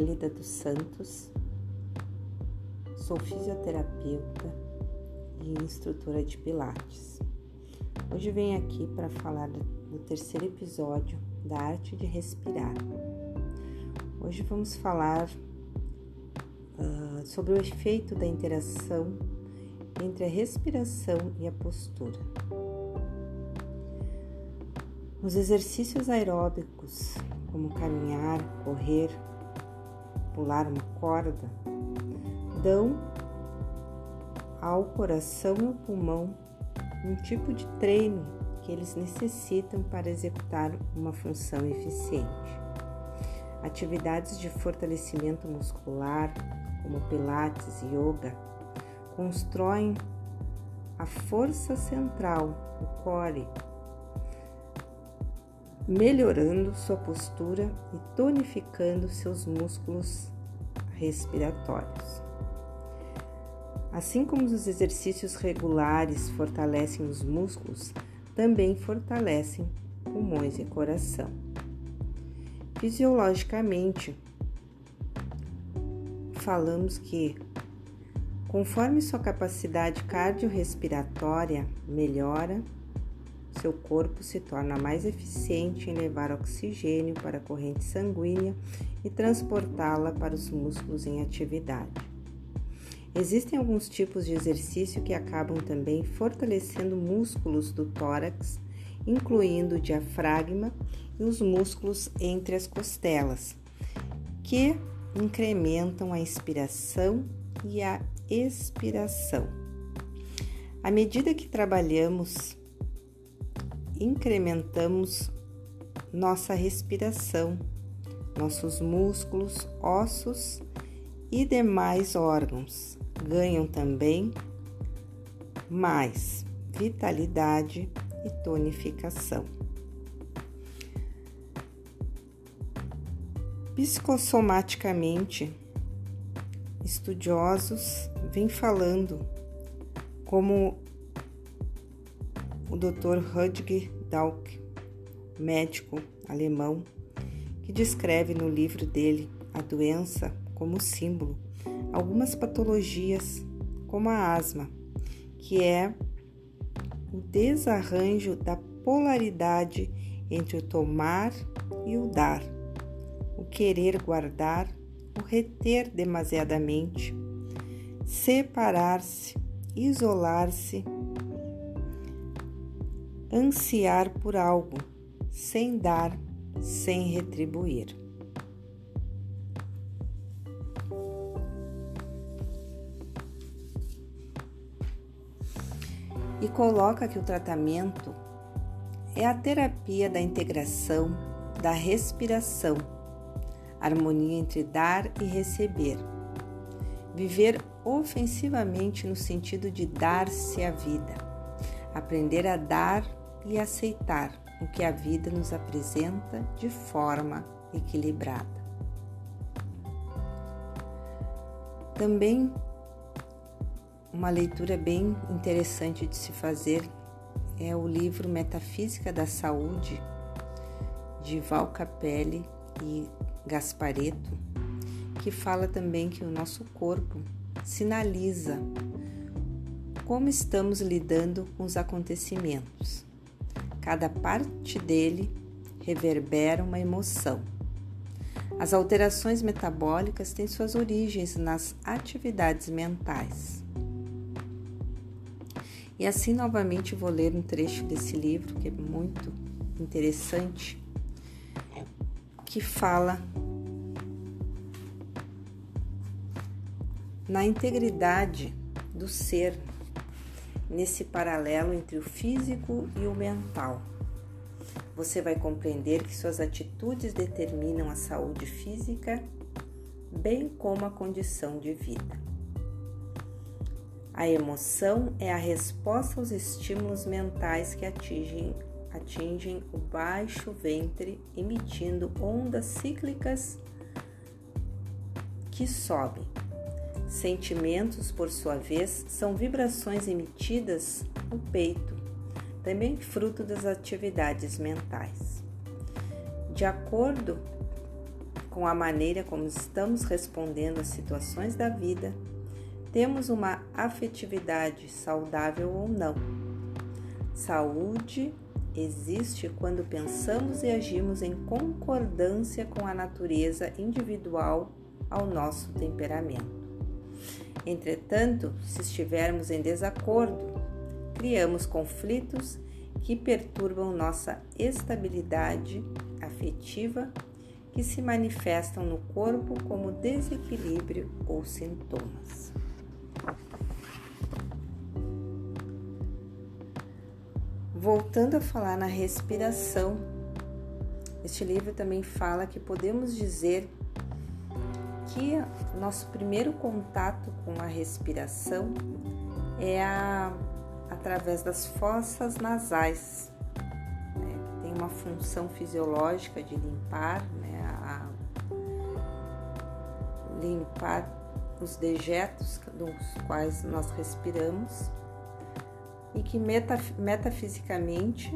Elida dos Santos, sou fisioterapeuta e instrutora de Pilates. Hoje venho aqui para falar do terceiro episódio da arte de respirar. Hoje vamos falar sobre o efeito da interação entre a respiração e a postura. Os exercícios aeróbicos, como caminhar, correr, pular uma corda, dão ao coração e ao pulmão um tipo de treino que eles necessitam para executar uma função eficiente. Atividades de fortalecimento muscular, como Pilates e Yoga, constroem a força central, o core, melhorando sua postura e tonificando seus músculos respiratórios. Assim como os exercícios regulares fortalecem os músculos, também fortalecem pulmões e coração. Fisiologicamente, falamos que, conforme sua capacidade cardiorrespiratória melhora, seu corpo se torna mais eficiente em levar oxigênio para a corrente sanguínea e transportá-la para os músculos em atividade. Existem alguns tipos de exercício que acabam também fortalecendo músculos do tórax, incluindo o diafragma e os músculos entre as costelas, que incrementam a inspiração e a expiração. À medida que trabalhamos, incrementamos nossa respiração, nossos músculos, ossos e demais órgãos ganham também mais vitalidade e tonificação. Psicossomaticamente, estudiosos vêm falando como o Dr. Rudger Dahlke, médico alemão, que descreve no livro dele a doença como símbolo algumas patologias, como a asma, que é o desarranjo da polaridade entre o tomar e o dar, o querer guardar, o reter demasiadamente, separar-se, isolar-se, ansiar por algo, sem dar, sem retribuir. E coloca que o tratamento é a terapia da integração, da respiração, harmonia entre dar e receber. Viver ofensivamente no sentido de dar-se a vida, aprender a dar e aceitar o que a vida nos apresenta de forma equilibrada. Também uma leitura bem interessante de se fazer é o livro Metafísica da Saúde, de Val Capelli e Gasparetto, que fala também que o nosso corpo sinaliza como estamos lidando com os acontecimentos. Cada parte dele reverbera uma emoção. As alterações metabólicas têm suas origens nas atividades mentais. E assim, novamente, vou ler um trecho desse livro, que é muito interessante, que fala na integridade do ser, nesse paralelo entre o físico e o mental. Você vai compreender que suas atitudes determinam a saúde física, bem como a condição de vida. A emoção é a resposta aos estímulos mentais que atingem o baixo ventre, emitindo ondas cíclicas que sobem. Sentimentos, por sua vez, são vibrações emitidas no peito, também fruto das atividades mentais. De acordo com a maneira como estamos respondendo às situações da vida, temos uma afetividade saudável ou não. Saúde existe quando pensamos e agimos em concordância com a natureza individual ao nosso temperamento. Entretanto, se estivermos em desacordo, criamos conflitos que perturbam nossa estabilidade afetiva, que se manifestam no corpo como desequilíbrio ou sintomas. Voltando a falar na respiração, este livro também fala que podemos dizer que nosso primeiro contato com a respiração é através das fossas nasais, né? Tem uma função fisiológica de limpar, né? Limpar os dejetos dos quais nós respiramos, e que metafisicamente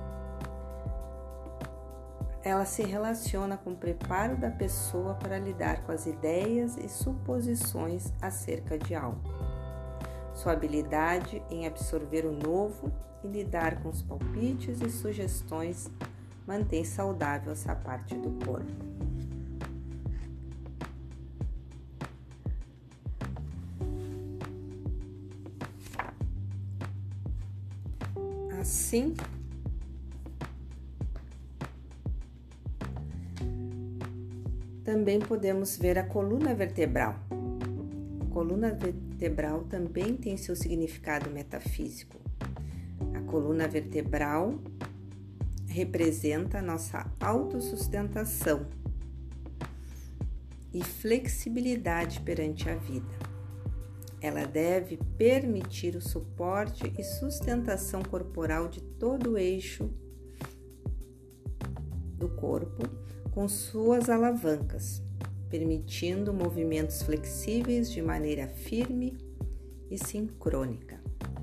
ela se relaciona com o preparo da pessoa para lidar com as ideias e suposições acerca de algo. Sua habilidade em absorver o novo e lidar com os palpites e sugestões mantém saudável essa parte do corpo. Assim, também podemos ver a coluna vertebral. A coluna vertebral também tem seu significado metafísico. A coluna vertebral representa a nossa autossustentação e flexibilidade perante a vida. Ela deve permitir o suporte e sustentação corporal de todo o eixo do corpo com suas alavancas, permitindo movimentos flexíveis de maneira firme e sincrônica.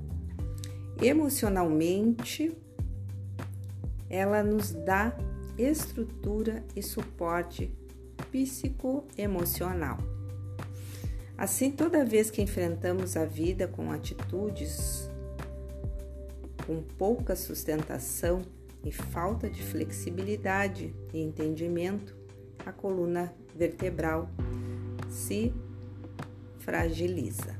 Emocionalmente, ela nos dá estrutura e suporte psicoemocional. Assim, toda vez que enfrentamos a vida com atitudes com pouca sustentação e falta de flexibilidade e entendimento, a coluna vertebral se fragiliza.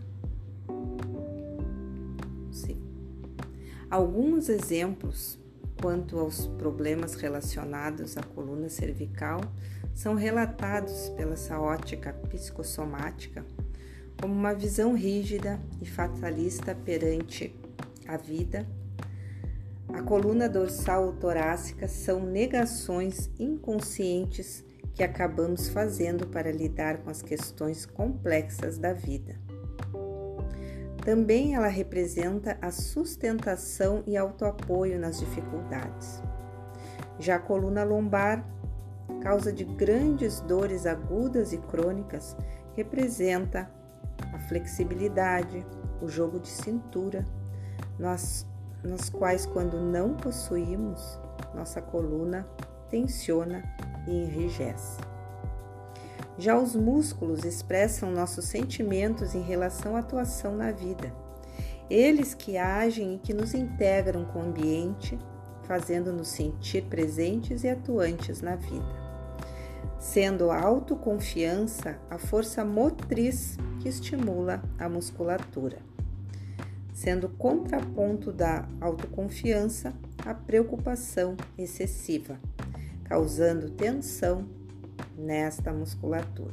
Sim. Alguns exemplos quanto aos problemas relacionados à coluna cervical são relatados pela essa ótica psicossomática como uma visão rígida e fatalista perante a vida. A coluna dorsal ou torácica são negações inconscientes que acabamos fazendo para lidar com as questões complexas da vida. Também ela representa a sustentação e autoapoio nas dificuldades. Já a coluna lombar, causa de grandes dores agudas e crônicas, representa a flexibilidade, o jogo de cintura, nas quais, quando não possuímos, nossa coluna tensiona e enrijece. Já os músculos expressam nossos sentimentos em relação à atuação na vida. Eles que agem e que nos integram com o ambiente, fazendo-nos sentir presentes e atuantes na vida. Sendo a autoconfiança a força motriz que estimula a musculatura. Sendo contraponto da autoconfiança a preocupação excessiva, causando tensão nesta musculatura.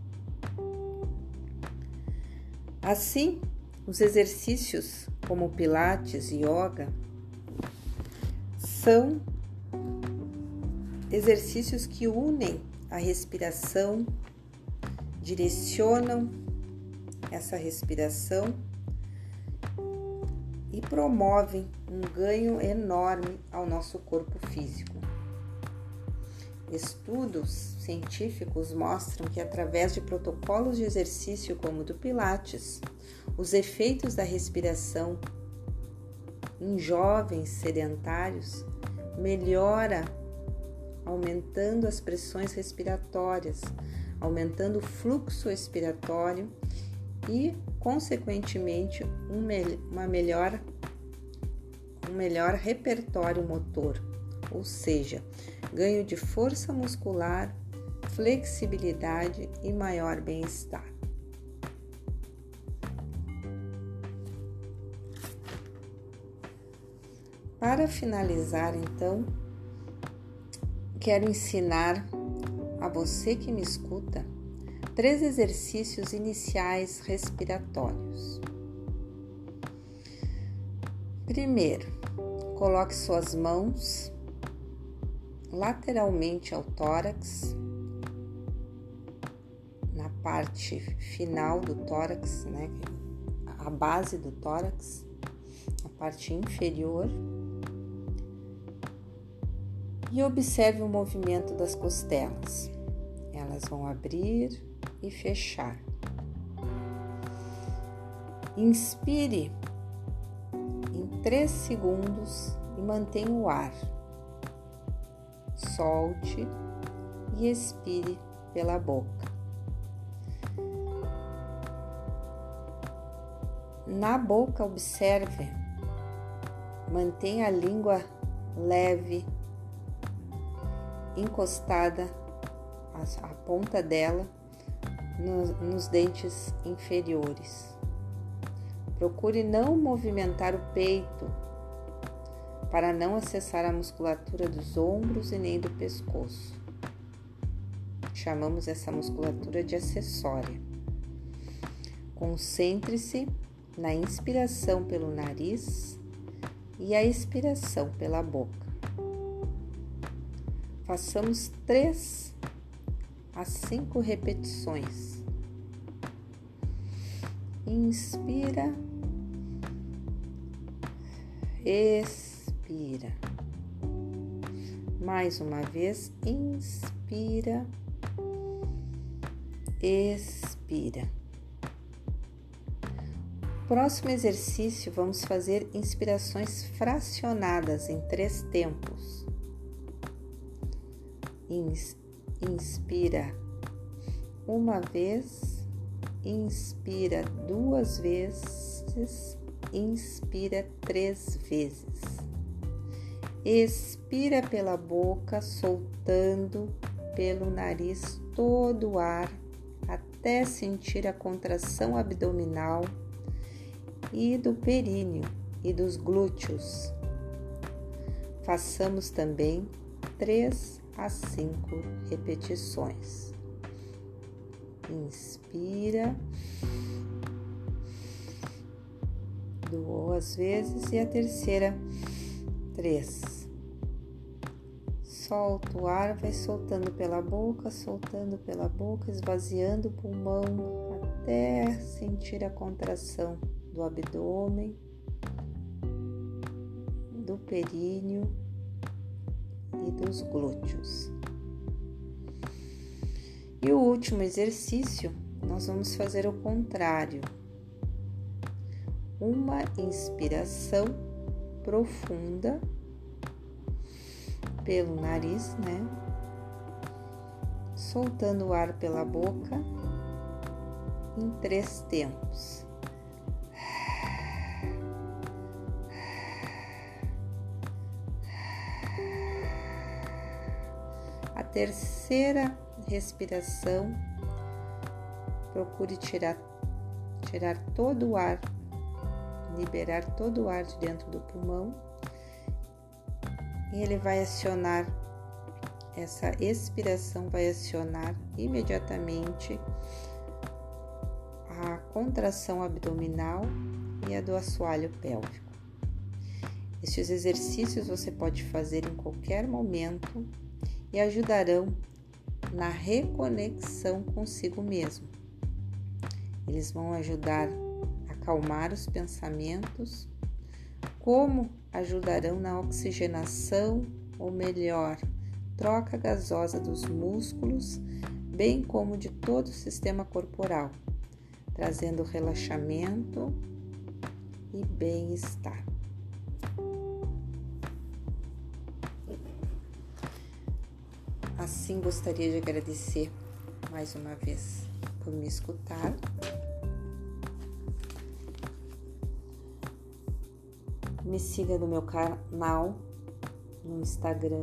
Assim, os exercícios como Pilates e Yoga são exercícios que unem a respiração, direcionam essa respiração e promovem um ganho enorme ao nosso corpo físico. Estudos científicos mostram que, através de protocolos de exercício como o do Pilates, os efeitos da respiração em jovens sedentários melhora aumentando as pressões respiratórias, aumentando o fluxo respiratório e, consequentemente, um melhor repertório motor, ou seja, ganho de força muscular, flexibilidade e maior bem-estar. Para finalizar, então, quero ensinar a você que me escuta 3 exercícios iniciais respiratórios. Primeiro, coloque suas mãos lateralmente ao tórax, na parte final do tórax, né? A base do tórax, a parte inferior. E observe o movimento das costelas. Elas vão abrir e fechar. Inspire em 3 segundos e mantenha o ar. Solte e expire pela boca. Na boca, observe, mantenha a língua leve, encostada, a ponta dela nos dentes inferiores. Procure não movimentar o peito para não acessar a musculatura dos ombros e nem do pescoço. Chamamos essa musculatura de acessória. Concentre-se na inspiração pelo nariz e a expiração pela boca. Façamos 3 a 5 repetições. Inspira, expira. Mais uma vez, inspira, expira. Próximo exercício, vamos fazer inspirações fracionadas em 3 tempos. Inspira uma vez, inspira 2 vezes, inspira 3 vezes. Expira pela boca, soltando pelo nariz todo o ar até sentir a contração abdominal e do períneo e dos glúteos. Façamos também 3 a 5 repetições. Inspira 2 vezes e a terceira 3. Solta o ar, vai soltando pela boca, esvaziando o pulmão até sentir a contração do abdômen, do períneo e dos glúteos. E o último exercício, nós vamos fazer o contrário. Uma inspiração profunda pelo nariz, né? Soltando o ar pela boca em 3 tempos. A terceira respiração, procure tirar todo o ar, liberar todo o ar de dentro do pulmão, e ele vai acionar, essa expiração vai acionar imediatamente a contração abdominal e a do assoalho pélvico. Estes exercícios você pode fazer em qualquer momento e ajudarão na reconexão consigo mesmo. Eles vão ajudar a acalmar os pensamentos, como ajudarão na oxigenação, ou melhor, troca gasosa dos músculos, bem como de todo o sistema corporal, trazendo relaxamento e bem-estar. Assim, gostaria de agradecer mais uma vez por me escutar. Me siga no meu canal no Instagram,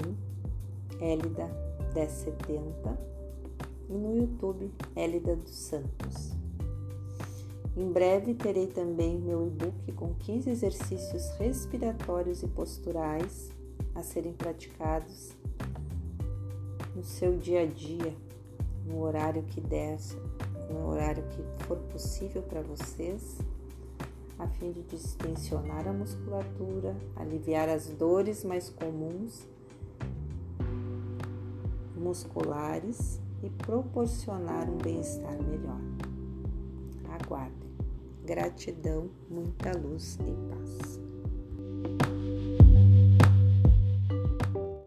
Elida1070, e no YouTube, Elida dos Santos. Em breve terei também meu e-book com 15 exercícios respiratórios e posturais a serem praticados no seu dia a dia, no horário que der, no horário que for possível para vocês, a fim de distensionar a musculatura, aliviar as dores mais comuns musculares e proporcionar um bem-estar melhor. Aguardem. Gratidão, muita luz e paz.